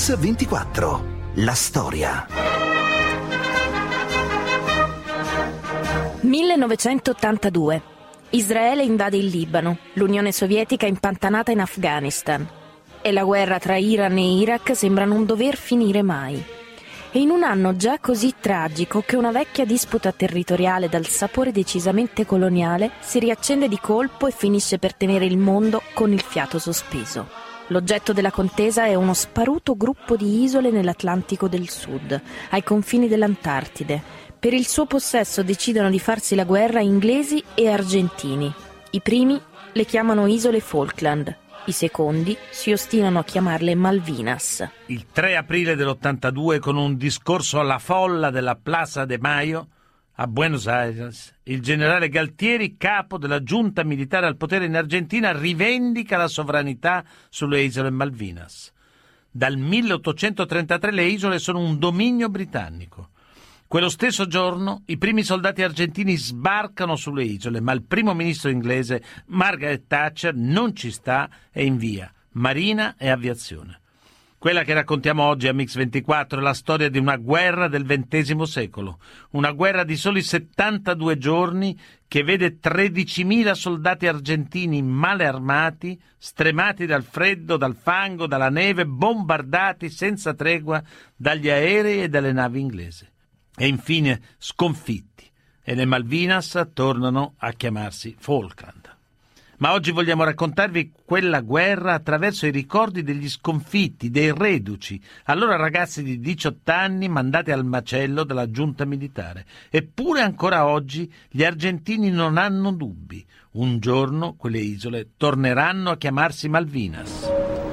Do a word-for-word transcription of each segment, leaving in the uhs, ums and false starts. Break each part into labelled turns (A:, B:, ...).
A: Mix ventiquattro. La storia.
B: millenovecentottantadue. Israele invade il Libano, l'Unione Sovietica è impantanata in Afghanistan e la guerra tra Iran e Iraq sembra non dover finire mai. E in un anno già così tragico che una vecchia disputa territoriale dal sapore decisamente coloniale si riaccende di colpo e finisce per tenere il mondo con il fiato sospeso. L'oggetto della contesa è uno sparuto gruppo di isole nell'Atlantico del Sud, ai confini dell'Antartide. Per il suo possesso decidono di farsi la guerra inglesi e argentini. I primi le chiamano Isole Falkland. I secondi si ostinano a chiamarle Malvinas.
C: Il tre aprile dell'ottantadue, con un discorso alla folla della Plaza de Mayo a Buenos Aires, il generale Galtieri, capo della giunta militare al potere in Argentina, rivendica la sovranità sulle isole Malvinas. Dal milleottocentotrentatré le isole sono un dominio britannico. Quello stesso giorno i primi soldati argentini sbarcano sulle isole, ma il primo ministro inglese Margaret Thatcher non ci sta e invia Marina e Aviazione. Quella che raccontiamo oggi a Mix ventiquattro è la storia di una guerra del ventesimo secolo, una guerra di soli settantadue giorni che vede tredicimila soldati argentini male armati, stremati dal freddo, dal fango, dalla neve, bombardati senza tregua dagli aerei e dalle navi inglesi. E infine sconfitti, e le Malvinas tornano a chiamarsi Falkland. Ma oggi vogliamo raccontarvi quella guerra attraverso i ricordi degli sconfitti, dei reduci, allora ragazzi di diciotto anni mandati al macello dalla giunta militare. Eppure ancora oggi gli argentini non hanno dubbi. Un giorno quelle isole torneranno a chiamarsi Malvinas.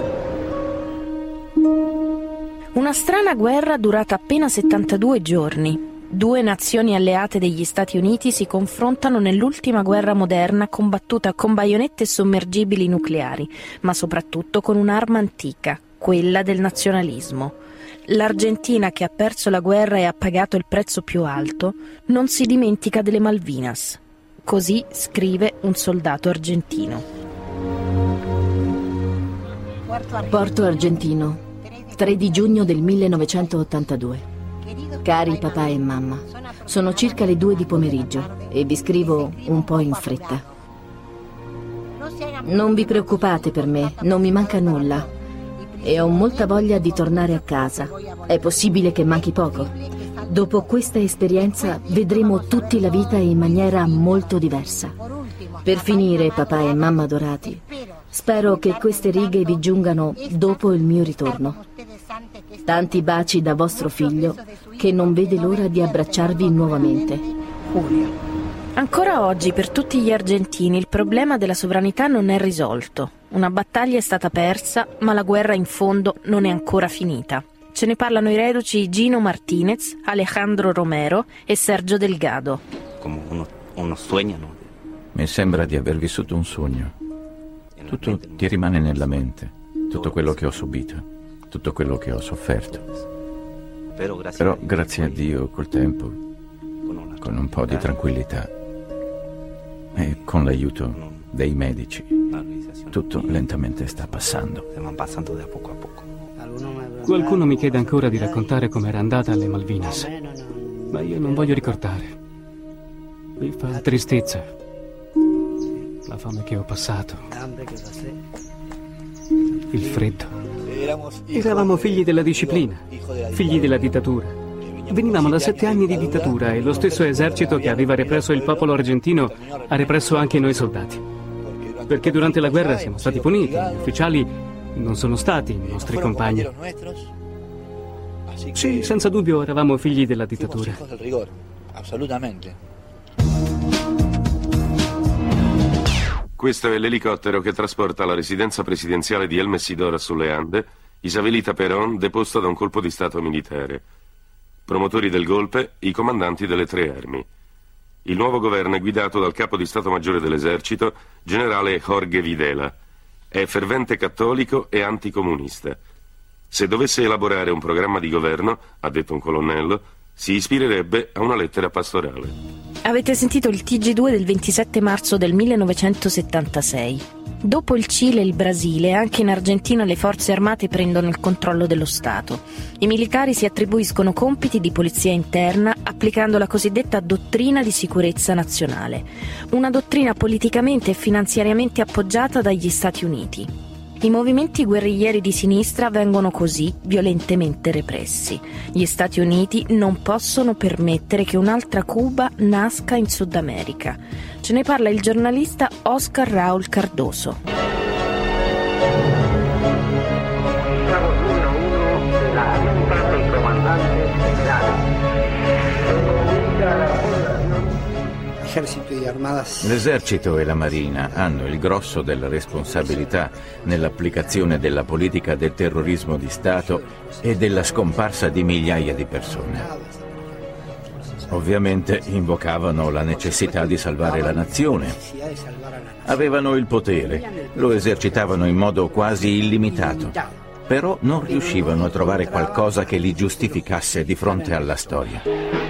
B: Una strana guerra durata appena settantadue giorni. Due nazioni alleate degli Stati Uniti si confrontano nell'ultima guerra moderna combattuta con baionette sommergibili nucleari, ma soprattutto con un'arma antica, quella del nazionalismo. L'Argentina, che ha perso la guerra e ha pagato il prezzo più alto, non si dimentica delle Malvinas. Così scrive un soldato argentino.
D: Porto Argentino, tre di giugno del millenovecentottantadue. Cari papà e mamma, sono circa le due di pomeriggio e vi scrivo un po' in fretta. Non vi preoccupate per me, non mi manca nulla e ho molta voglia di tornare a casa. È possibile che manchi poco. Dopo questa esperienza vedremo tutti la vita in maniera molto diversa. Per finire, papà e mamma adorati, spero che queste righe vi giungano dopo il mio ritorno. Tanti baci da vostro figlio, che non vede l'ora di abbracciarvi nuovamente. Julio.
B: Ancora oggi per tutti gli argentini il problema della sovranità non è risolto. Una battaglia è stata persa, ma la guerra in fondo non è ancora finita. Ce ne parlano i reduci Gino Martinez, Alejandro Romero e Sergio Delgado.
E: Come uno, uno sogno, no?
F: Mi sembra di aver vissuto un sogno. Tutto ti rimane nella mente, tutto quello che ho subito. Tutto quello che ho sofferto. Però grazie a Dio col tempo, con un po' di tranquillità e con l'aiuto dei medici, tutto lentamente sta passando.
G: Qualcuno mi chiede ancora di raccontare com'era andata alle Malvinas, ma io non voglio ricordare. Mi fa tristezza la fame che ho passato, il freddo. Eravamo figli della disciplina, figli della dittatura. Venivamo da sette anni di dittatura e lo stesso esercito che aveva represso il popolo argentino ha represso anche noi soldati. Perché durante la guerra siamo stati puniti, gli ufficiali non sono stati i nostri compagni. Sì, senza dubbio eravamo figli della dittatura.
H: Questo è l'elicottero che trasporta la residenza presidenziale di El Mesidor sulle Ande, Isabelita Perón, deposta da un colpo di stato militare. Promotori del golpe, i comandanti delle tre armi. Il nuovo governo è guidato dal capo di Stato Maggiore dell'Esercito, generale Jorge Videla. È fervente cattolico e anticomunista. Se dovesse elaborare un programma di governo, ha detto un colonnello, si ispirerebbe a una lettera pastorale.
B: Avete sentito il T G due del ventisette marzo del millenovecentosettantasei. Dopo il Cile e il Brasile, anche in Argentina le forze armate prendono il controllo dello Stato. I militari si attribuiscono compiti di polizia interna applicando la cosiddetta dottrina di sicurezza nazionale, una dottrina politicamente e finanziariamente appoggiata dagli Stati Uniti. I movimenti guerriglieri di sinistra vengono così violentemente repressi. Gli Stati Uniti non possono permettere che un'altra Cuba nasca in Sud America. Ce ne parla il giornalista Oscar Raúl Cardoso.
F: L'esercito e la marina hanno il grosso della responsabilità nell'applicazione della politica del terrorismo di Stato e della scomparsa di migliaia di persone. Ovviamente invocavano la necessità di salvare la nazione. Avevano il potere, lo esercitavano in modo quasi illimitato, però non riuscivano a trovare qualcosa che li giustificasse di fronte alla storia.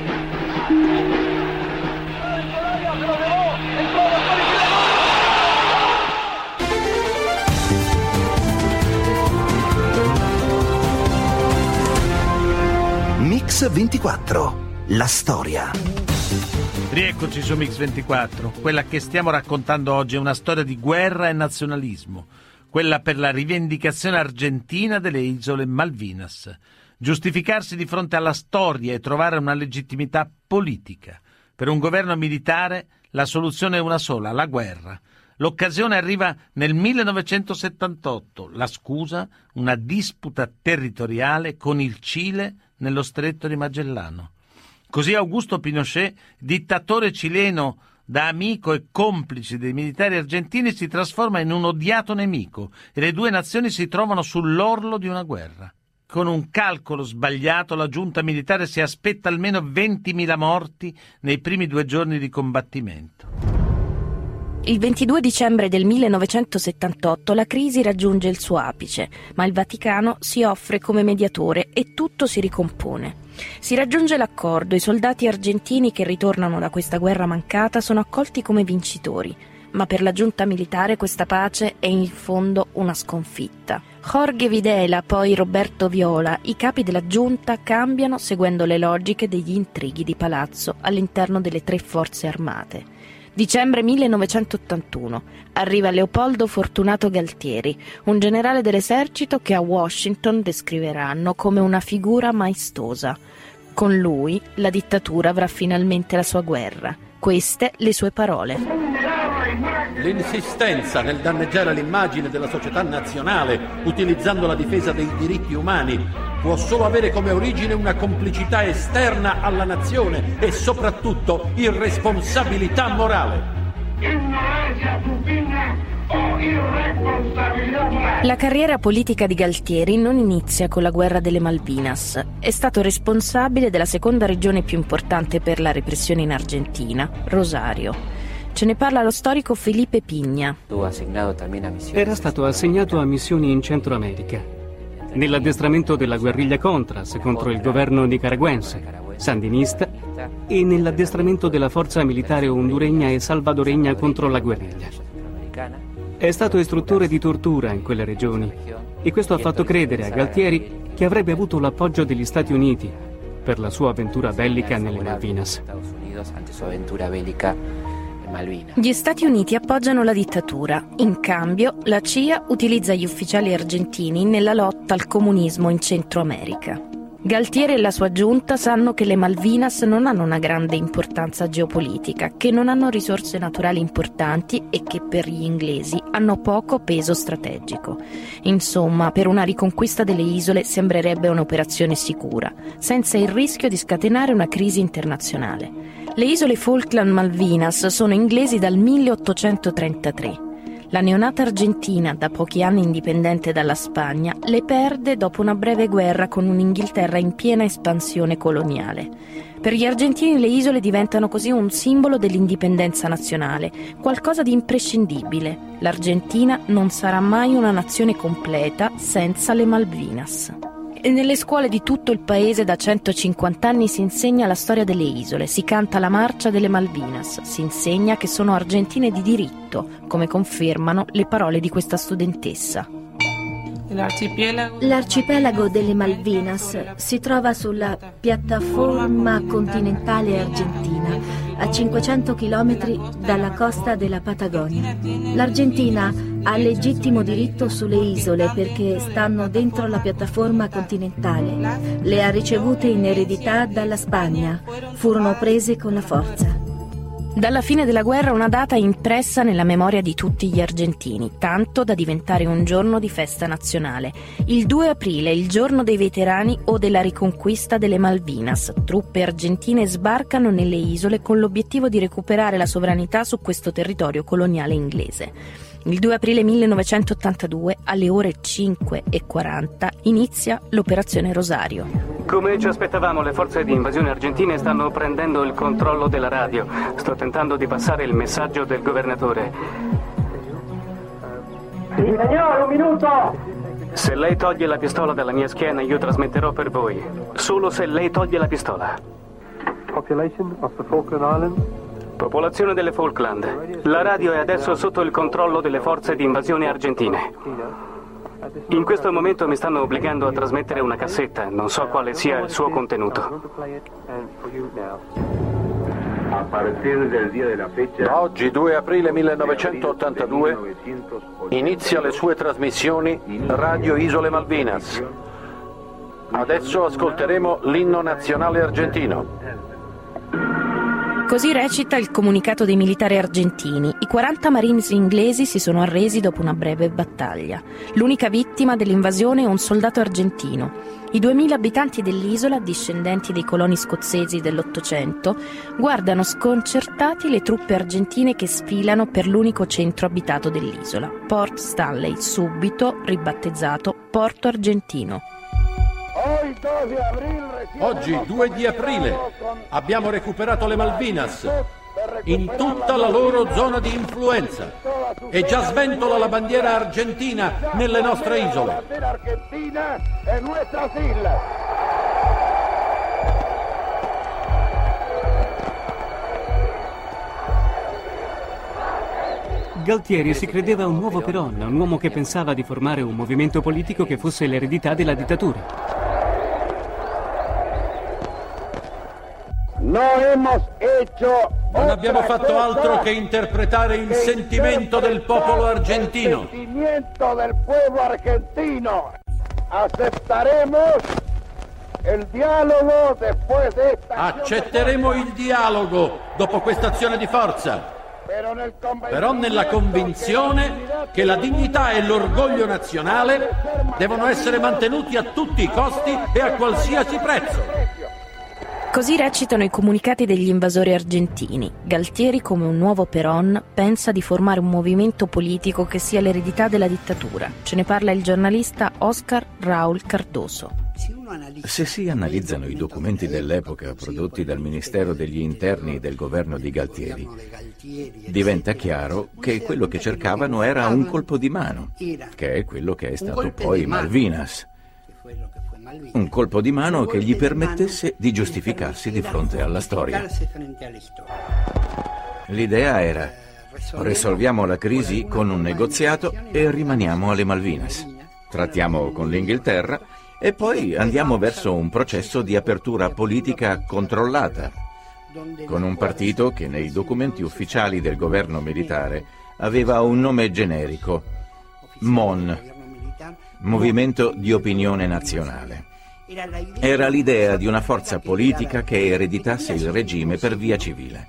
A: Mix ventiquattro, la storia.
C: Rieccoci su Mix ventiquattro. Quella che stiamo raccontando oggi è una storia di guerra e nazionalismo, quella per la rivendicazione argentina delle isole Malvinas. Giustificarsi di fronte alla storia e trovare una legittimità politica. Per un governo militare la soluzione è una sola, la guerra. L'occasione arriva nel millenovecentosettantotto, la scusa, una disputa territoriale con il Cile nello Stretto di Magellano. Così Augusto Pinochet, dittatore cileno da amico e complice dei militari argentini, si trasforma in un odiato nemico e le due nazioni si trovano sull'orlo di una guerra. Con un calcolo sbagliato, la giunta militare si aspetta almeno ventimila morti nei primi due giorni di combattimento.
B: Il ventidue dicembre del millenovecentosettantotto la crisi raggiunge il suo apice, ma il Vaticano si offre come mediatore e tutto si ricompone. Si raggiunge l'accordo, i soldati argentini che ritornano da questa guerra mancata sono accolti come vincitori, ma per la giunta militare questa pace è in fondo una sconfitta. Jorge Videla, poi Roberto Viola, i capi della giunta cambiano seguendo le logiche degli intrighi di palazzo all'interno delle tre forze armate. Dicembre millenovecentottantuno. Arriva Leopoldo Fortunato Galtieri, un generale dell'esercito che a Washington descriveranno come una figura maestosa. Con lui la dittatura avrà finalmente la sua guerra. Queste le sue parole.
I: L'insistenza nel danneggiare l'immagine della società nazionale utilizzando la difesa dei diritti umani può solo avere come origine una complicità esterna alla nazione e soprattutto irresponsabilità morale.
B: La carriera politica di Galtieri non inizia con la guerra delle Malvinas. È stato responsabile della seconda regione più importante per la repressione in Argentina, Rosario. Ce ne parla lo storico Felipe Pigna.
G: Era stato assegnato a missioni in Centro America, nell'addestramento della guerriglia Contras contro il governo nicaraguense, sandinista, e nell'addestramento della forza militare honduregna e salvadoregna contro la guerriglia. È stato istruttore di tortura in quelle regioni e questo ha fatto credere a Galtieri che avrebbe avuto l'appoggio degli Stati Uniti per la sua avventura bellica nelle Malvinas.
B: Gli Stati Uniti appoggiano la dittatura. In cambio, la C I A utilizza gli ufficiali argentini nella lotta al comunismo in Centro America. Galtieri e la sua giunta sanno che le Malvinas non hanno una grande importanza geopolitica, che non hanno risorse naturali importanti e che per gli inglesi hanno poco peso strategico. Insomma, per una riconquista delle isole sembrerebbe un'operazione sicura, senza il rischio di scatenare una crisi internazionale. Le isole Falkland Malvinas sono inglesi dal milleottocentotrentatré. La neonata Argentina, da pochi anni indipendente dalla Spagna, le perde dopo una breve guerra con un'Inghilterra in piena espansione coloniale. Per gli argentini le isole diventano così un simbolo dell'indipendenza nazionale, qualcosa di imprescindibile. L'Argentina non sarà mai una nazione completa senza le Malvinas. E nelle scuole di tutto il paese da centocinquanta anni si insegna la storia delle isole, si canta la marcia delle Malvinas, si insegna che sono argentine di diritto, come confermano le parole di questa studentessa.
D: L'arcipelago delle Malvinas si trova sulla piattaforma continentale argentina, a cinquecento chilometri dalla costa della Patagonia. L'Argentina ha legittimo diritto sulle isole perché stanno dentro la piattaforma continentale. Le ha ricevute in eredità dalla Spagna. Furono prese con la forza.
B: Dalla fine della guerra una data impressa nella memoria di tutti gli argentini, tanto da diventare un giorno di festa nazionale. Il due aprile, il giorno dei veterani o della riconquista delle Malvinas. Truppe argentine sbarcano nelle isole con l'obiettivo di recuperare la sovranità su questo territorio coloniale inglese. Il due aprile millenovecentottantadue, alle ore cinque e quaranta, inizia l'Operazione Rosario.
G: Come ci aspettavamo, le forze di invasione argentine stanno prendendo il controllo della radio. Sto tentando di passare il messaggio del governatore.
J: Signor, un minuto!
G: Se lei toglie la pistola dalla mia schiena, io trasmetterò per voi. Solo se lei toglie la pistola.
J: Population of the Falkland Islands.
G: Popolazione delle Falkland. La radio è adesso sotto il controllo delle forze di invasione argentine. In questo momento mi stanno obbligando a trasmettere una cassetta, non so quale sia il suo contenuto.
I: Da oggi, due aprile millenovecentottantadue, inizia le sue trasmissioni Radio Isole Malvinas. Adesso ascolteremo l'inno nazionale argentino.
B: Così recita il comunicato dei militari argentini. I quaranta Marines inglesi si sono arresi dopo una breve battaglia. L'unica vittima dell'invasione è un soldato argentino. I duemila abitanti dell'isola, discendenti dei coloni scozzesi dell'Ottocento, guardano sconcertati le truppe argentine che sfilano per l'unico centro abitato dell'isola, Port Stanley, subito ribattezzato Porto Argentino.
I: Oggi, due di aprile, abbiamo recuperato le Malvinas in tutta la loro zona di influenza e già sventola la bandiera argentina nelle nostre isole.
G: Galtieri si credeva un nuovo Perón, un uomo che pensava di formare un movimento politico che fosse l'eredità della dittatura.
I: Non abbiamo fatto altro che interpretare il sentimento del popolo argentino. Accetteremo il dialogo dopo questa azione di forza, però nella convinzione che la dignità e l'orgoglio nazionale devono essere mantenuti a tutti i costi e a qualsiasi prezzo.
B: Così recitano i comunicati degli invasori argentini. Galtieri, come un nuovo Perón, pensa di formare un movimento politico che sia l'eredità della dittatura. Ce ne parla il giornalista Oscar Raúl Cardoso.
F: Se si analizzano i documenti dell'epoca prodotti dal Ministero degli Interni del governo di Galtieri, diventa chiaro che quello che cercavano era un colpo di mano, che è quello che è stato poi Malvinas. Un colpo di mano che gli permettesse di giustificarsi di fronte alla storia. L'idea era: risolviamo la crisi con un negoziato e rimaniamo alle Malvinas. Trattiamo con l'Inghilterra e poi andiamo verso un processo di apertura politica controllata, con un partito che nei documenti ufficiali del governo militare aveva un nome generico: M O N, Movimento di Opinione Nazionale. Era l'idea di una forza politica che ereditasse il regime per via civile.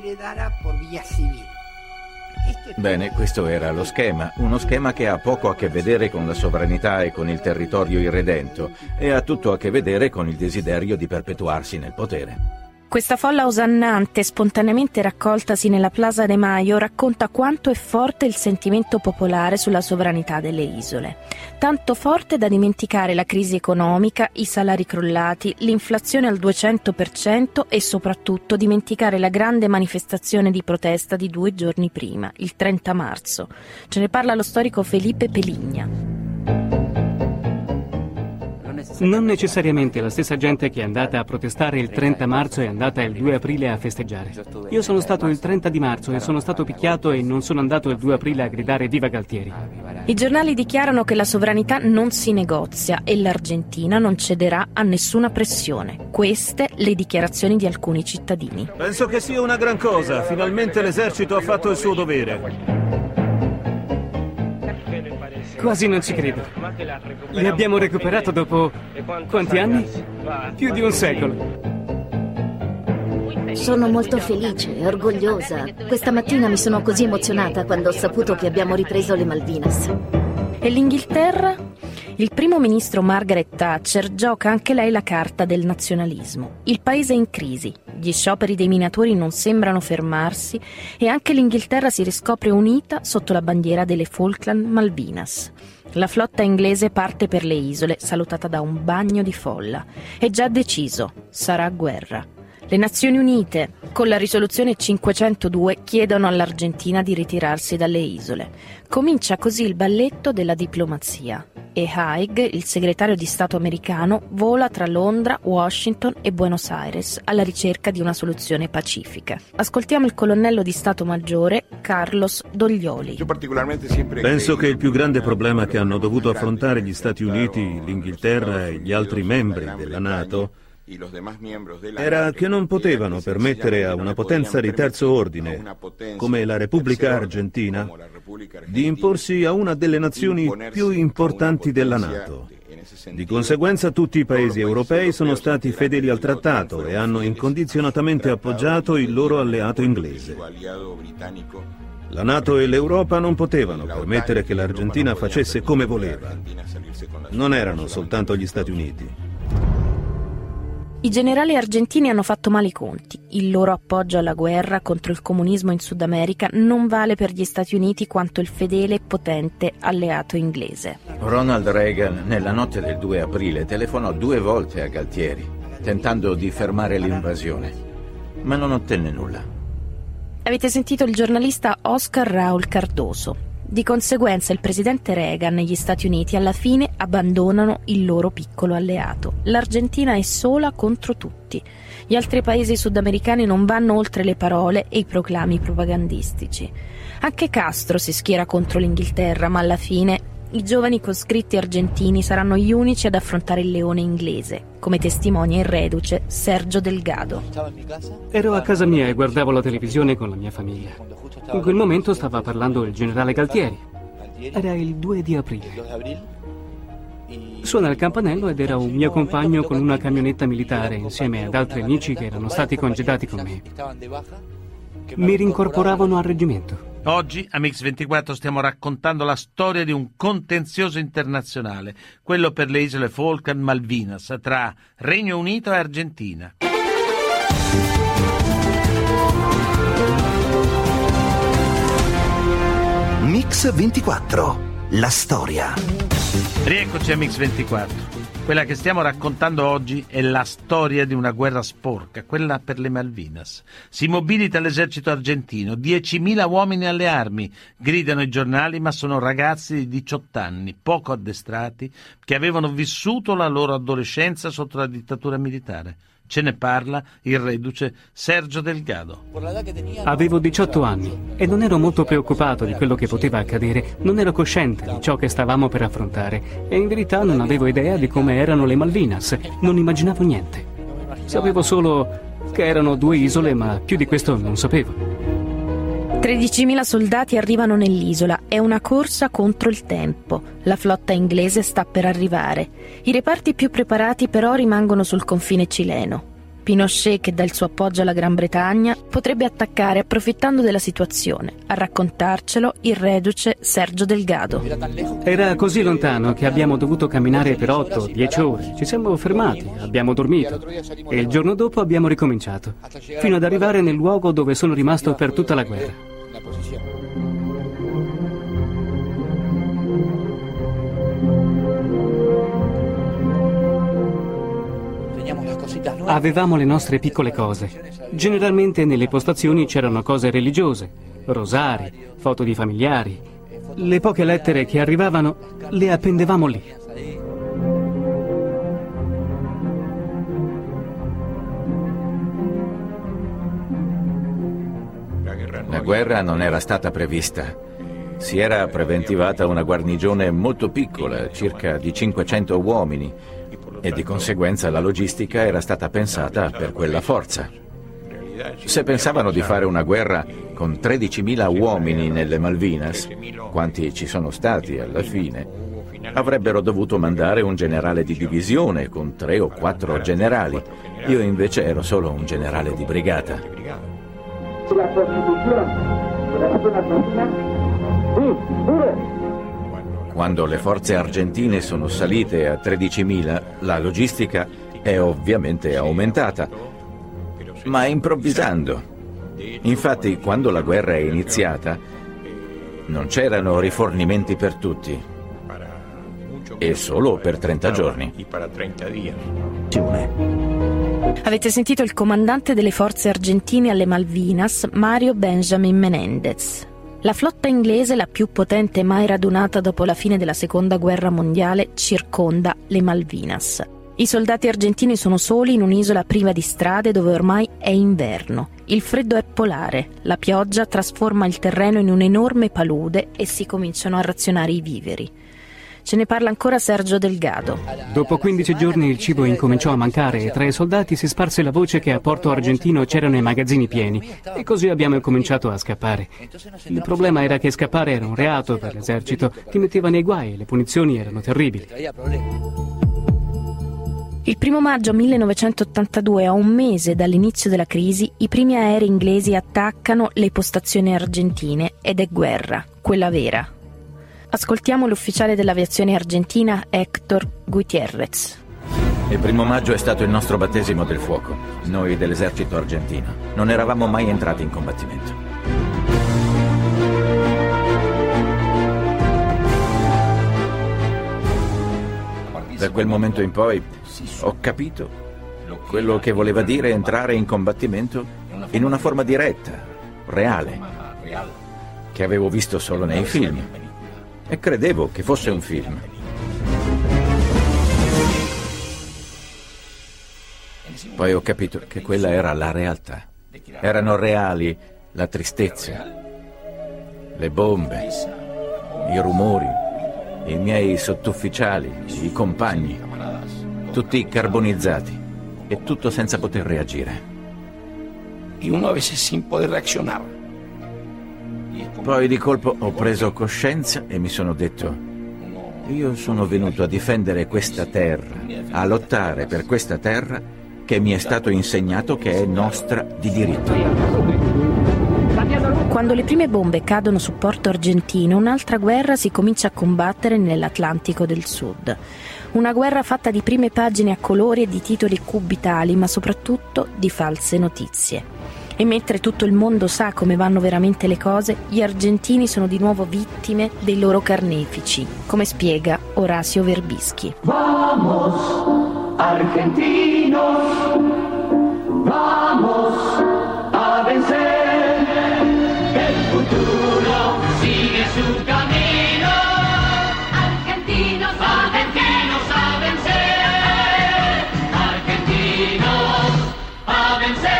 F: Bene, questo era lo schema, uno schema che ha poco a che vedere con la sovranità e con il territorio irredento e ha tutto a che vedere con il desiderio di perpetuarsi nel potere.
B: Questa folla osannante, spontaneamente raccoltasi nella Plaza de Mayo, racconta quanto è forte il sentimento popolare sulla sovranità delle isole. Tanto forte da dimenticare la crisi economica, i salari crollati, l'inflazione al duecento per cento e soprattutto dimenticare la grande manifestazione di protesta di due giorni prima, il trenta marzo. Ce ne parla lo storico Felipe Peligna.
G: Non necessariamente la stessa gente che è andata a protestare il trenta marzo è andata il due aprile a festeggiare. Io sono stato il trenta di marzo e sono stato picchiato e non sono andato il due aprile a gridare viva Galtieri.
B: I giornali dichiarano che la sovranità non si negozia e l'Argentina non cederà a nessuna pressione. Queste le dichiarazioni di alcuni cittadini.
K: Penso che sia una gran cosa. Finalmente l'esercito ha fatto il suo dovere.
G: Quasi non ci credo. Li abbiamo recuperato dopo quanti anni? Più di un secolo.
D: Sono molto felice e orgogliosa. Questa mattina mi sono così emozionata quando ho saputo che abbiamo ripreso le Malvinas.
B: E l'Inghilterra? Il primo ministro Margaret Thatcher gioca anche lei la carta del nazionalismo. Il paese è in crisi, gli scioperi dei minatori non sembrano fermarsi e anche l'Inghilterra si riscopre unita sotto la bandiera delle Falkland Malvinas. La flotta inglese parte per le isole, salutata da un bagno di folla. È già deciso, sarà guerra. Le Nazioni Unite, con la risoluzione cinquecentodue, chiedono all'Argentina di ritirarsi dalle isole. Comincia così il balletto della diplomazia. E Haig, il segretario di Stato americano, vola tra Londra, Washington e Buenos Aires alla ricerca di una soluzione pacifica. Ascoltiamo il colonnello di Stato Maggiore Carlos Doglioli.
K: Penso che il più grande problema che hanno dovuto affrontare gli Stati Uniti, l'Inghilterra e gli altri membri della NATO era che non potevano permettere a una potenza di terzo ordine, come la Repubblica Argentina, di imporsi a una delle nazioni più importanti della NATO. Di conseguenza tutti i paesi europei sono stati fedeli al trattato e hanno incondizionatamente appoggiato il loro alleato inglese. La NATO e l'Europa non potevano permettere che l'Argentina facesse come voleva. Non erano soltanto gli Stati Uniti.
B: I generali argentini hanno fatto male i conti. Il loro appoggio alla guerra contro il comunismo in Sud America non vale per gli Stati Uniti quanto il fedele e potente alleato inglese.
F: Ronald Reagan, nella notte del due aprile, telefonò due volte a Galtieri, tentando di fermare l'invasione, ma non ottenne nulla.
B: Avete sentito il giornalista Oscar Raúl Cardoso. Di conseguenza il presidente Reagan e gli Stati Uniti alla fine abbandonano il loro piccolo alleato. L'Argentina è sola contro tutti. Gli altri paesi sudamericani non vanno oltre le parole e i proclami propagandistici. Anche Castro si schiera contro l'Inghilterra, ma alla fine i giovani conscritti argentini saranno gli unici ad affrontare il leone inglese, come testimonia il reduce Sergio Delgado.
G: Ero a casa mia e guardavo la televisione con la mia famiglia. In quel momento stava parlando il generale Galtieri. Era il due di aprile. Suona il campanello ed era un mio compagno con una camionetta militare insieme ad altri amici che erano stati congedati con me. Mi rincorporavano al reggimento.
C: Oggi a Mix ventiquattro stiamo raccontando la storia di un contenzioso internazionale, quello per le isole Falkland Malvinas, tra Regno Unito e Argentina.
A: Mix ventiquattro, la storia.
C: Rieccoci a Mix ventiquattro. Quella che stiamo raccontando oggi è la storia di una guerra sporca, quella per le Malvinas. Si mobilita l'esercito argentino, diecimila uomini alle armi, gridano i giornali, ma sono ragazzi di diciotto anni, poco addestrati, che avevano vissuto la loro adolescenza sotto la dittatura militare. Ce ne parla il reduce Sergio Delgado.
G: Avevo diciotto anni e non ero molto preoccupato di quello che poteva accadere. Non ero cosciente di ciò che stavamo per affrontare e in verità non avevo idea di come erano le Malvinas. Non immaginavo niente. Sapevo solo che erano due isole, ma più di questo non sapevo.
B: tredicimila soldati arrivano nell'isola. È una corsa contro il tempo. La flotta inglese sta per arrivare. I reparti più preparati però rimangono sul confine cileno. Pinochet, che dà il suo appoggio alla Gran Bretagna, potrebbe attaccare approfittando della situazione. A raccontarcelo il reduce Sergio Delgado.
G: Era così lontano che abbiamo dovuto camminare per otto dieci ore. Ci siamo fermati, abbiamo dormito e il giorno dopo abbiamo ricominciato, fino ad arrivare nel luogo dove sono rimasto per tutta la guerra. Avevamo le nostre piccole cose. Generalmente nelle postazioni c'erano cose religiose, rosari, foto di familiari. Le poche lettere che arrivavano le appendevamo lì.
F: La guerra non era stata prevista. Si era preventivata una guarnigione molto piccola, circa di cinquecento uomini, e di conseguenza la logistica era stata pensata per quella forza. Se pensavano di fare una guerra con tredicimila uomini nelle Malvinas, quanti ci sono stati alla fine, avrebbero dovuto mandare un generale di divisione con tre o quattro generali. Io invece ero solo un generale di brigata. Quando le forze argentine sono salite a tredicimila, la logistica è ovviamente aumentata, ma improvvisando. Infatti, quando la guerra è iniziata, non c'erano rifornimenti per tutti, e solo per trenta giorni.
B: Avete sentito il comandante delle forze argentine alle Malvinas, Mario Benjamin Menendez. La flotta inglese, la più potente mai radunata dopo la fine della Seconda Guerra Mondiale, circonda le Malvinas. I soldati argentini sono soli in un'isola priva di strade dove ormai è inverno. Il freddo è polare, la pioggia trasforma il terreno in un'enorme palude e si cominciano a razionare i viveri. Ce ne parla ancora Sergio Delgado.
G: Dopo quindici giorni il cibo incominciò a mancare e tra i soldati si sparse la voce che a Porto Argentino c'erano i magazzini pieni e così abbiamo cominciato a scappare. Il problema era che scappare era un reato per l'esercito, ti metteva nei guai e le punizioni erano terribili.
B: Il primo maggio millenovecentottantadue, a un mese dall'inizio della crisi, i primi aerei inglesi attaccano le postazioni argentine ed è guerra, quella vera. Ascoltiamo l'ufficiale dell'aviazione argentina Héctor Gutiérrez.
F: Il primo maggio è stato il nostro battesimo del fuoco, noi dell'esercito argentino. Non eravamo mai entrati in combattimento. Da quel momento in poi ho capito quello che voleva dire entrare in combattimento in una forma diretta, reale, che avevo visto solo nei film. E credevo che fosse un film. Poi ho capito che quella era la realtà. Erano reali la tristezza, le bombe, i rumori, i miei sottufficiali, i compagni, tutti carbonizzati e tutto senza poter reagire.
L: E uno a veces sin poder reaccionar.
F: Poi di colpo ho preso coscienza e mi sono detto: io sono venuto a difendere questa terra, a lottare per questa terra che mi è stato insegnato che è nostra di diritto.
B: Quando le prime bombe cadono su Porto Argentino, un'altra guerra si comincia a combattere nell'Atlantico del Sud. Una guerra fatta di prime pagine a colori e di titoli cubitali, ma soprattutto di false notizie. E mentre tutto il mondo sa come vanno veramente le cose, gli argentini sono di nuovo vittime dei loro carnefici, come spiega Orazio Verbischi.
M: Vamos, argentinos, vamos a vencer, el futuro sigue su camino, argentinos, argentinos a vencer, argentinos a vencer.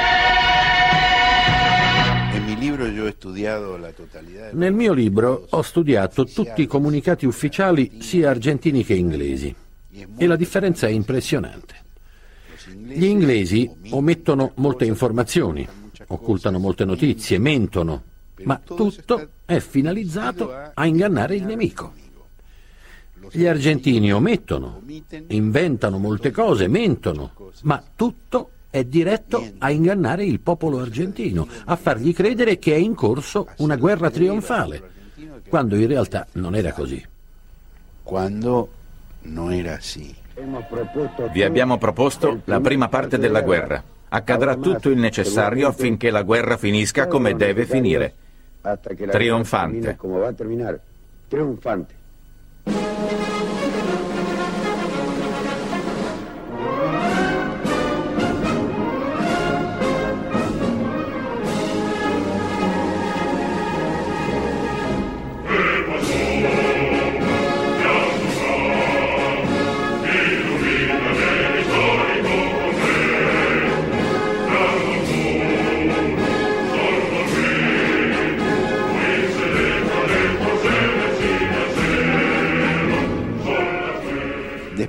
I: Nel mio libro ho studiato tutti i comunicati ufficiali sia argentini che inglesi e la differenza è impressionante. Gli inglesi omettono molte informazioni, occultano molte notizie, mentono, ma tutto è finalizzato a ingannare il nemico. Gli argentini omettono, inventano molte cose, mentono, ma tutto è diretto a ingannare il popolo argentino, a fargli credere che è in corso una guerra trionfale, quando in realtà non era così.
N: Quando non era così.
F: Vi abbiamo proposto la prima parte della guerra. Accadrà tutto il necessario affinché la guerra finisca come deve finire. Trionfante.
N: Trionfante.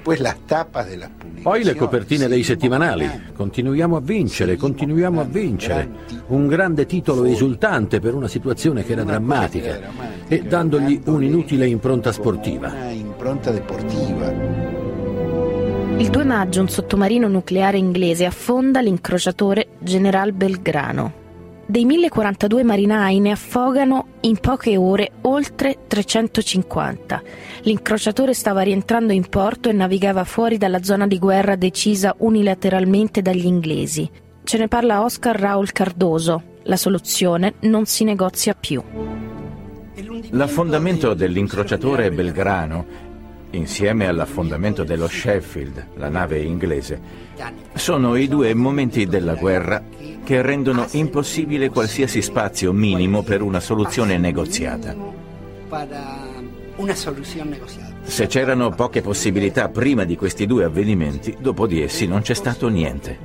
I: Poi le copertine dei settimanali. Continuiamo a vincere, continuiamo a vincere. Un grande titolo esultante per una situazione che era drammatica e dandogli un'inutile impronta sportiva.
B: Il due maggio un sottomarino nucleare inglese affonda l'incrociatore General Belgrano. Dei mille quarantadue marinai ne affogano in poche ore oltre trecentocinquanta. L'incrociatore stava rientrando in porto e navigava fuori dalla zona di guerra decisa unilateralmente dagli inglesi. Ce ne parla Oscar Raúl Cardoso. La soluzione non si negozia più.
F: L'affondamento dell'incrociatore Belgrano, insieme all'affondamento dello Sheffield, la nave inglese, sono i due momenti della guerra che rendono impossibile qualsiasi spazio minimo per una soluzione negoziata. Se c'erano poche possibilità prima di questi due avvenimenti, dopo di essi non c'è stato niente.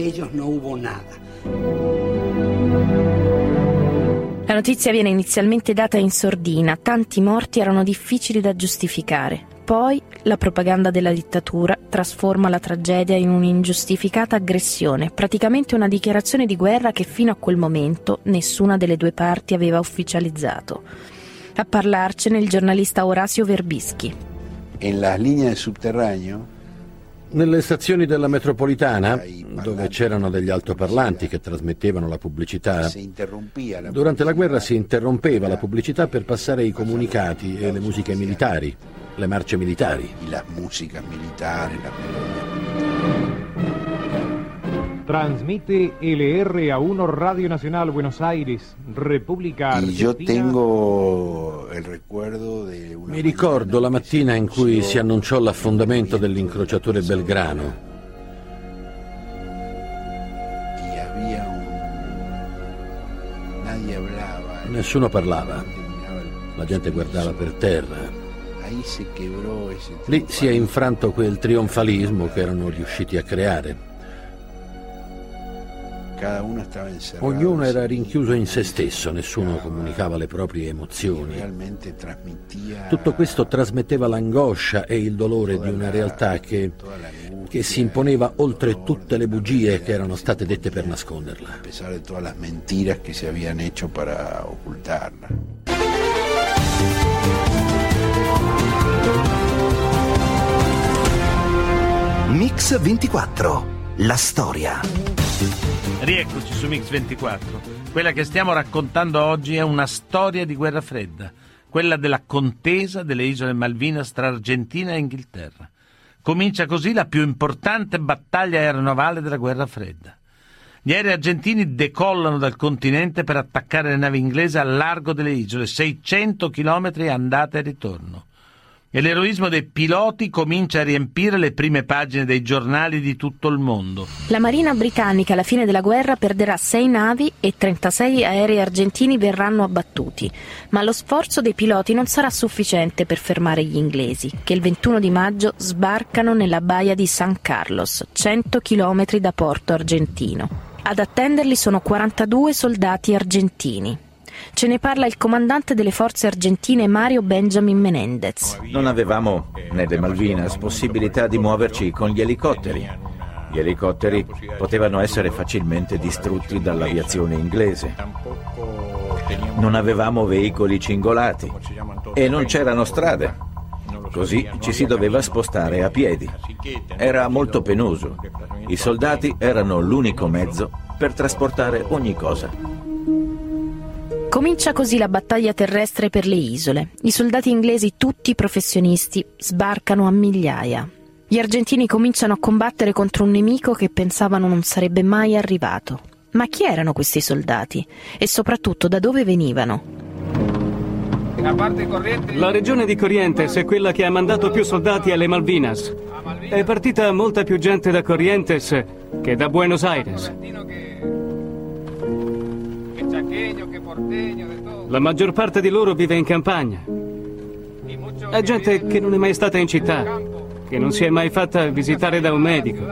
B: La notizia viene inizialmente data in sordina, tanti morti erano difficili da giustificare. Poi la propaganda della dittatura trasforma la tragedia in un'ingiustificata aggressione, praticamente una dichiarazione di guerra che fino a quel momento nessuna delle due parti aveva ufficializzato. A parlarcene il giornalista Orazio Verbischi.
I: Nelle stazioni della metropolitana, dove c'erano degli altoparlanti che trasmettevano la pubblicità, durante la guerra si interrompeva la pubblicità per passare i comunicati e le musiche militari, le marce militari.
N: La musica militare, la
O: Transmite L R A uno Radio Nacional Buenos Aires, República Argentina.
I: Mi ricordo la mattina in cui si annunciò l'affondamento dell'incrociatore Belgrano. Nessuno parlava, la gente guardava per terra. Lì si è infranto quel trionfalismo che erano riusciti a creare. Ognuno era rinchiuso in se stesso, nessuno comunicava le proprie emozioni. Tutto questo trasmetteva l'angoscia e il dolore di una realtà che, che si imponeva oltre tutte le bugie che erano state dette per nasconderla.
N: A pesar de todas las mentiras que se habían hecho para ocultarla.
A: Mix ventiquattro, la storia.
C: Rieccoci su Mix ventiquattro. Quella che stiamo raccontando oggi è una storia di guerra fredda, quella della contesa delle isole Malvinas tra Argentina e Inghilterra. Comincia così la più importante battaglia aeronavale della guerra fredda. Gli aerei argentini decollano dal continente per attaccare le navi inglesi al largo delle isole, seicento chilometri andata e ritorno. E l'eroismo dei piloti comincia a riempire le prime pagine dei giornali di tutto il mondo.
B: La Marina britannica alla fine della guerra perderà sei navi e trentasei aerei argentini verranno abbattuti. Ma lo sforzo dei piloti non sarà sufficiente per fermare gli inglesi, che il ventuno di maggio sbarcano nella baia di San Carlos, cento chilometri da Porto Argentino. Ad attenderli sono quarantadue soldati argentini. Ce ne parla il comandante delle forze argentine Mario Benjamin Menendez.
F: Non avevamo, nelle Malvinas, possibilità di muoverci con gli elicotteri. Gli elicotteri potevano essere facilmente distrutti dall'aviazione inglese. Non avevamo veicoli cingolati e non c'erano strade. Così ci si doveva spostare a piedi. Era molto penoso. I soldati erano l'unico mezzo per trasportare ogni cosa.
B: Comincia così la battaglia terrestre per le isole. I soldati inglesi, tutti professionisti, sbarcano a migliaia. Gli argentini cominciano a combattere contro un nemico che pensavano non sarebbe mai arrivato. Ma chi erano questi soldati? E soprattutto da dove venivano?
G: La regione di Corrientes è quella che ha mandato più soldati alle Malvinas. È partita molta più gente da Corrientes che da Buenos Aires. La maggior parte di loro vive in campagna. È gente che non è mai stata in città, che non si è mai fatta visitare da un medico.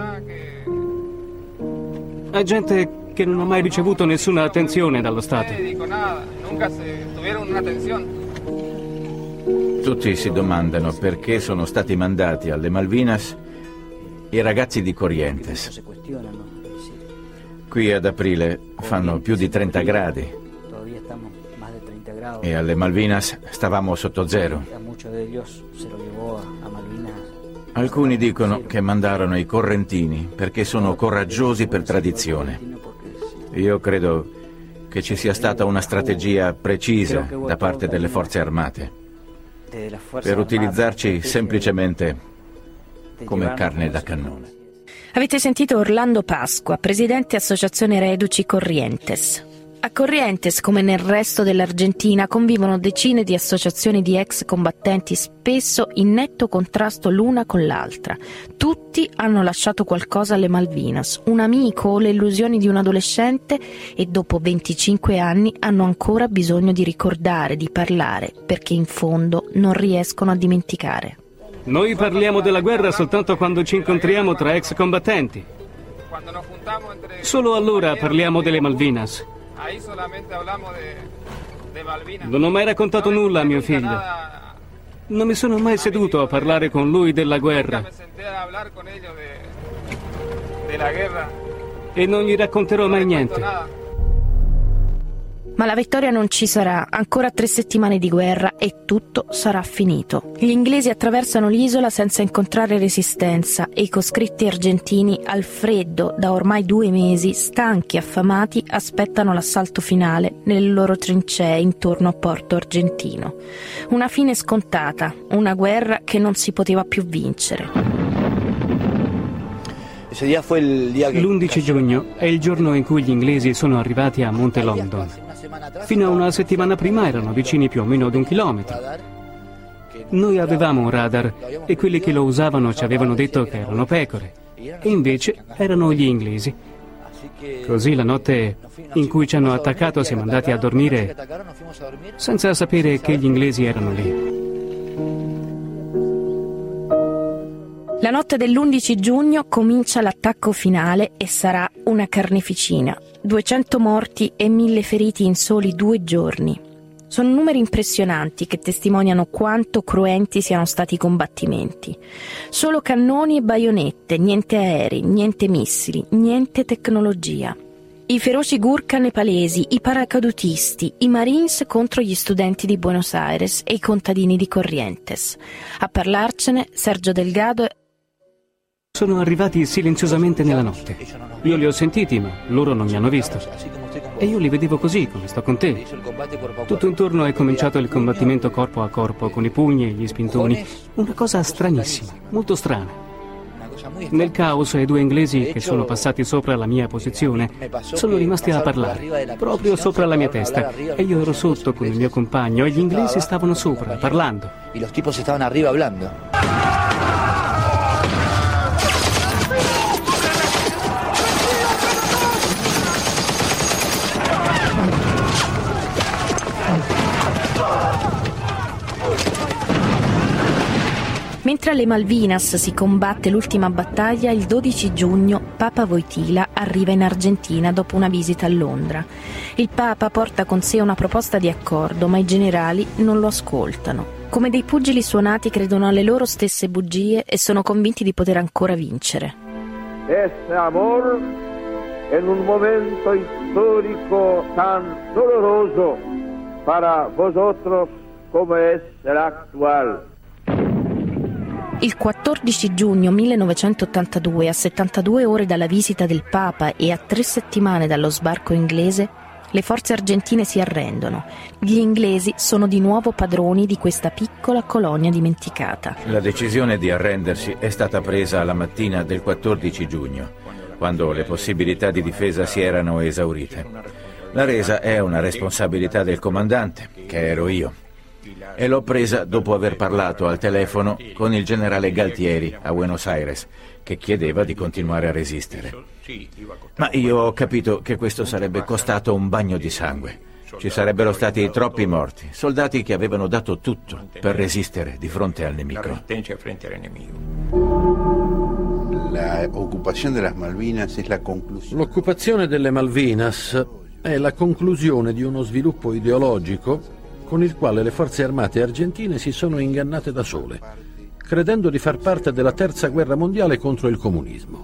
G: È gente che non ha mai ricevuto nessuna attenzione dallo Stato.
F: Tutti si domandano perché sono stati mandati alle Malvinas i ragazzi di Corrientes. Qui ad aprile fanno più di trenta gradi e alle Malvinas stavamo sotto zero. Alcuni dicono che mandarono i correntini perché sono coraggiosi per tradizione. Io credo che ci sia stata una strategia precisa da parte delle forze armate per utilizzarci semplicemente come carne da cannone.
B: Avete sentito Orlando Pasqua, presidente Associazione Reduci Corrientes. A Corrientes, come nel resto dell'Argentina, convivono decine di associazioni di ex combattenti, spesso in netto contrasto l'una con l'altra. Tutti hanno lasciato qualcosa alle Malvinas, un amico o le illusioni di un adolescente, e dopo venticinque anni hanno ancora bisogno di ricordare, di parlare, perché in fondo non riescono a dimenticare.
G: Noi parliamo della guerra soltanto quando ci incontriamo tra ex combattenti. Solo allora parliamo delle Malvinas. Non ho mai raccontato nulla a mio figlio. Non mi sono mai seduto a parlare con lui della guerra. E non gli racconterò mai niente.
B: Ma la vittoria non ci sarà, ancora tre settimane di guerra e tutto sarà finito. Gli inglesi attraversano l'isola senza incontrare resistenza e i coscritti argentini, al freddo da ormai due mesi, stanchi e affamati, aspettano l'assalto finale nelle loro trincee intorno a Porto Argentino. Una fine scontata, una guerra che non si poteva più vincere.
G: L'undici giugno è il giorno in cui gli inglesi sono arrivati a Monte London. Fino a una settimana prima erano vicini più o meno ad un chilometro. Noi avevamo un radar e quelli che lo usavano ci avevano detto che erano pecore, e invece erano gli inglesi. Così la notte in cui ci hanno attaccato siamo andati a dormire senza sapere che gli inglesi erano lì.
B: La notte dell'undici giugno comincia l'attacco finale e sarà una carneficina. duecento morti e mille feriti in soli due giorni. Sono numeri impressionanti che testimoniano quanto cruenti siano stati i combattimenti. Solo cannoni e baionette, niente aerei, niente missili, niente tecnologia. I feroci Gurkha nepalesi, i paracadutisti, i Marines contro gli studenti di Buenos Aires e i contadini di Corrientes. A parlarcene Sergio Delgado.
G: Sono arrivati silenziosamente nella notte. Io li ho sentiti, ma loro non mi hanno visto. E io li vedevo così, come sto con te. Tutto intorno è cominciato il combattimento corpo a corpo, con i pugni e gli spintoni. Una cosa stranissima, molto strana. Nel caos, i due inglesi che sono passati sopra la mia posizione sono rimasti a parlare, proprio sopra la mia testa. E io ero sotto con il mio compagno e gli inglesi stavano sopra, parlando.
P: E los tipos estaban arriba hablando.
B: Mentre alle Malvinas si combatte l'ultima battaglia, il dodici giugno Papa Wojtyla arriva in Argentina dopo una visita a Londra. Il Papa porta con sé una proposta di accordo, ma i generali non lo ascoltano. Come dei pugili suonati credono alle loro stesse bugie e sono convinti di poter ancora vincere.
Q: Ese amor en un momento histórico tan doloroso para vosotros como es el actual.
B: Il quattordici giugno millenovecentottantadue, a settantadue ore dalla visita del Papa e a tre settimane dallo sbarco inglese, le forze argentine si arrendono. Gli inglesi sono di nuovo padroni di questa piccola colonia dimenticata.
F: La decisione di arrendersi è stata presa la mattina del quattordici giugno, quando le possibilità di difesa si erano esaurite. La resa è una responsabilità del comandante, che ero io. E l'ho presa dopo aver parlato al telefono con il generale Galtieri a Buenos Aires, che chiedeva di continuare a resistere. Ma io ho capito che questo sarebbe costato un bagno di sangue. Ci sarebbero stati troppi morti, soldati che avevano dato tutto per resistere di fronte al nemico.
I: L'occupazione delle Malvinas è la conclusione di uno sviluppo ideologico con il quale le forze armate argentine si sono ingannate da sole, credendo di far parte della terza guerra mondiale contro il comunismo.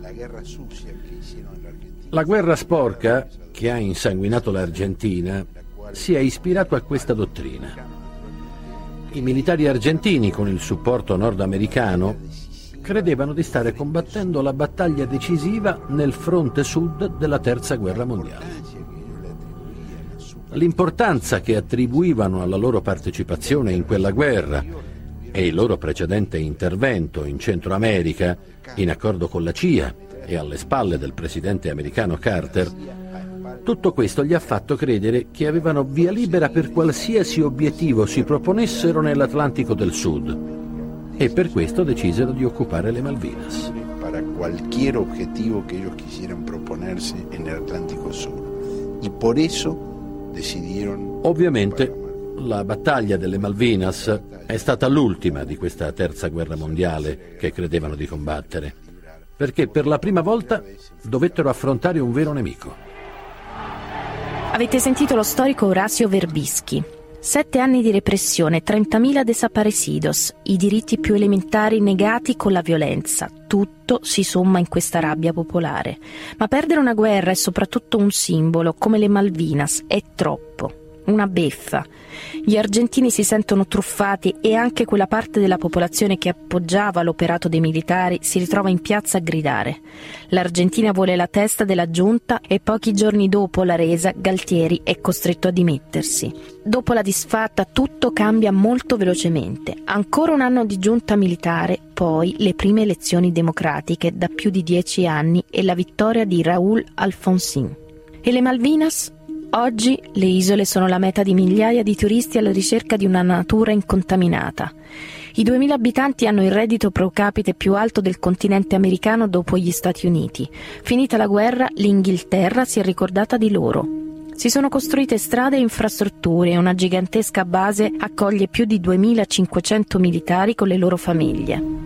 I: La guerra sporca, che ha insanguinato l'Argentina, si è ispirato a questa dottrina. I militari argentini, con il supporto nordamericano, credevano di stare combattendo la battaglia decisiva nel fronte sud della terza guerra mondiale. L'importanza che attribuivano alla loro partecipazione in quella guerra e il loro precedente intervento in Centro America, in accordo con la C I A e alle spalle del presidente americano Carter, tutto questo gli ha fatto credere che avevano via libera per qualsiasi obiettivo si proponessero nell'Atlantico del Sud, e per questo decisero di occupare le Malvinas.
N: Para cualquier objetivo que ellos quisieran proponerse en el Atlántico Sur. Y por eso decidieron...
I: Ovviamente la battaglia delle Malvinas è stata l'ultima di questa terza guerra mondiale che credevano di combattere, perché per la prima volta dovettero affrontare un vero nemico.
B: Avete sentito lo storico Horacio Verbischi. Sette anni di repressione, trentamila desaparecidos, i diritti più elementari negati con la violenza. Tutto si somma in questa rabbia popolare. Ma perdere una guerra è soprattutto un simbolo, come le Malvinas, è troppo. Una beffa. Gli argentini si sentono truffati e anche quella parte della popolazione che appoggiava l'operato dei militari si ritrova in piazza a gridare. L'Argentina vuole la testa della giunta e pochi giorni dopo la resa Galtieri è costretto a dimettersi. Dopo la disfatta tutto cambia molto velocemente. Ancora un anno di giunta militare, poi le prime elezioni democratiche da più di dieci anni e la vittoria di Raúl Alfonsín. E le Malvinas? Oggi le isole sono la meta di migliaia di turisti alla ricerca di una natura incontaminata. I duemila abitanti hanno il reddito pro capite più alto del continente americano dopo gli Stati Uniti. Finita la guerra, l'Inghilterra si è ricordata di loro. Si sono costruite strade e infrastrutture e una gigantesca base accoglie più di duemilacinquecento militari con le loro famiglie.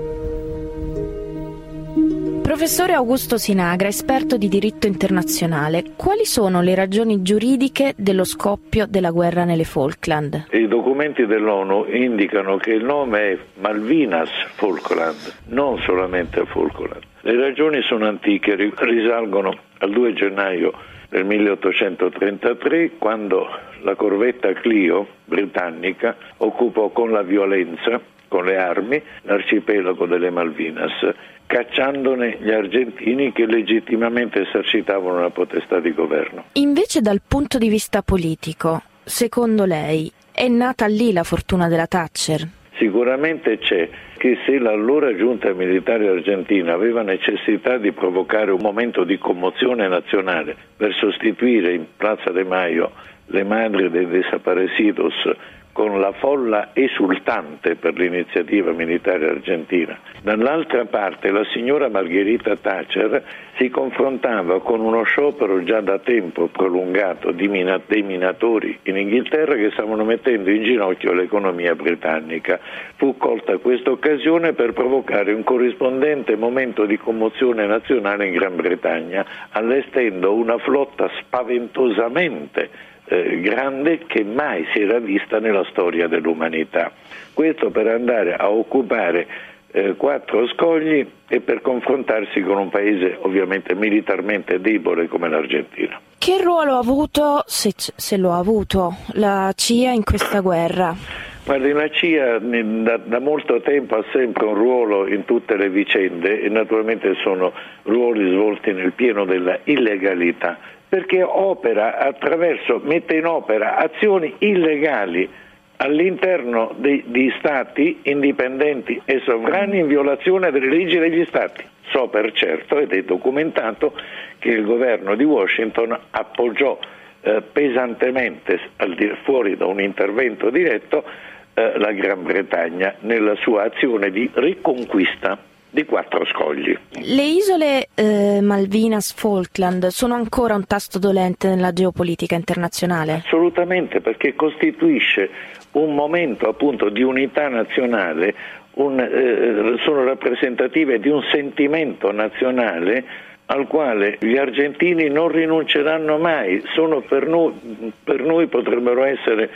B: Professore Augusto Sinagra, esperto di diritto internazionale, quali sono le ragioni giuridiche dello scoppio della guerra nelle Falkland?
R: I documenti dell'ONU indicano che il nome è Malvinas Falkland, non solamente Falkland. Le ragioni sono antiche, risalgono al due gennaio del milleottocentotrentatré, quando la corvetta Clio britannica occupò con la violenza, con le armi, l'arcipelago delle Malvinas, cacciandone gli argentini che legittimamente esercitavano la potestà di governo.
B: Invece dal punto di vista politico, secondo lei, è nata lì la fortuna della Thatcher?
R: Sicuramente c'è, che se l'allora giunta militare argentina aveva necessità di provocare un momento di commozione nazionale per sostituire in Plaza de Mayo le madri dei desaparecidos con la folla esultante per l'iniziativa militare argentina. Dall'altra parte la signora Margherita Thatcher si confrontava con uno sciopero già da tempo prolungato di mina- dei minatori in Inghilterra che stavano mettendo in ginocchio l'economia britannica. Fu colta questa occasione per provocare un corrispondente momento di commozione nazionale in Gran Bretagna, allestendo una flotta spaventosamente Eh, grande che mai si era vista nella storia dell'umanità. Questo per andare a occupare eh, quattro scogli e per confrontarsi con un paese ovviamente militarmente debole come l'Argentina.
B: Che ruolo ha avuto, se, se lo ha avuto, la C I A in questa guerra?
R: Guardi, la C I A da, da molto tempo ha sempre un ruolo in tutte le vicende e naturalmente sono ruoli svolti nel pieno della illegalità, perché opera attraverso, mette in opera azioni illegali all'interno dei, di stati indipendenti e sovrani in violazione delle leggi degli stati. So per certo, ed è documentato, che il governo di Washington appoggiò eh, pesantemente, al di fuori da un intervento diretto, eh, la Gran Bretagna nella sua azione di riconquista di quattro scogli.
B: Le isole eh, Malvinas Falkland sono ancora un tasto dolente nella geopolitica internazionale?
R: Assolutamente, perché costituisce un momento appunto di unità nazionale, un, eh, sono rappresentative di un sentimento nazionale al quale gli argentini non rinunceranno mai. Sono per noi, per noi potrebbero essere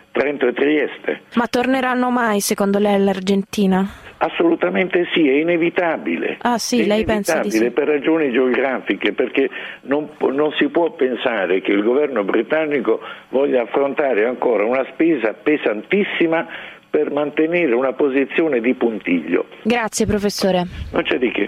R: Trento e Trieste.
B: Ma torneranno mai, secondo lei, all'Argentina?
R: Assolutamente sì, è inevitabile.
B: Ah sì,
R: è
B: lei pensa di sì?
R: Per ragioni geografiche, perché non, non si può pensare che il governo britannico voglia affrontare ancora una spesa pesantissima per mantenere una posizione di puntiglio.
B: Grazie professore.
R: Non c'è di che.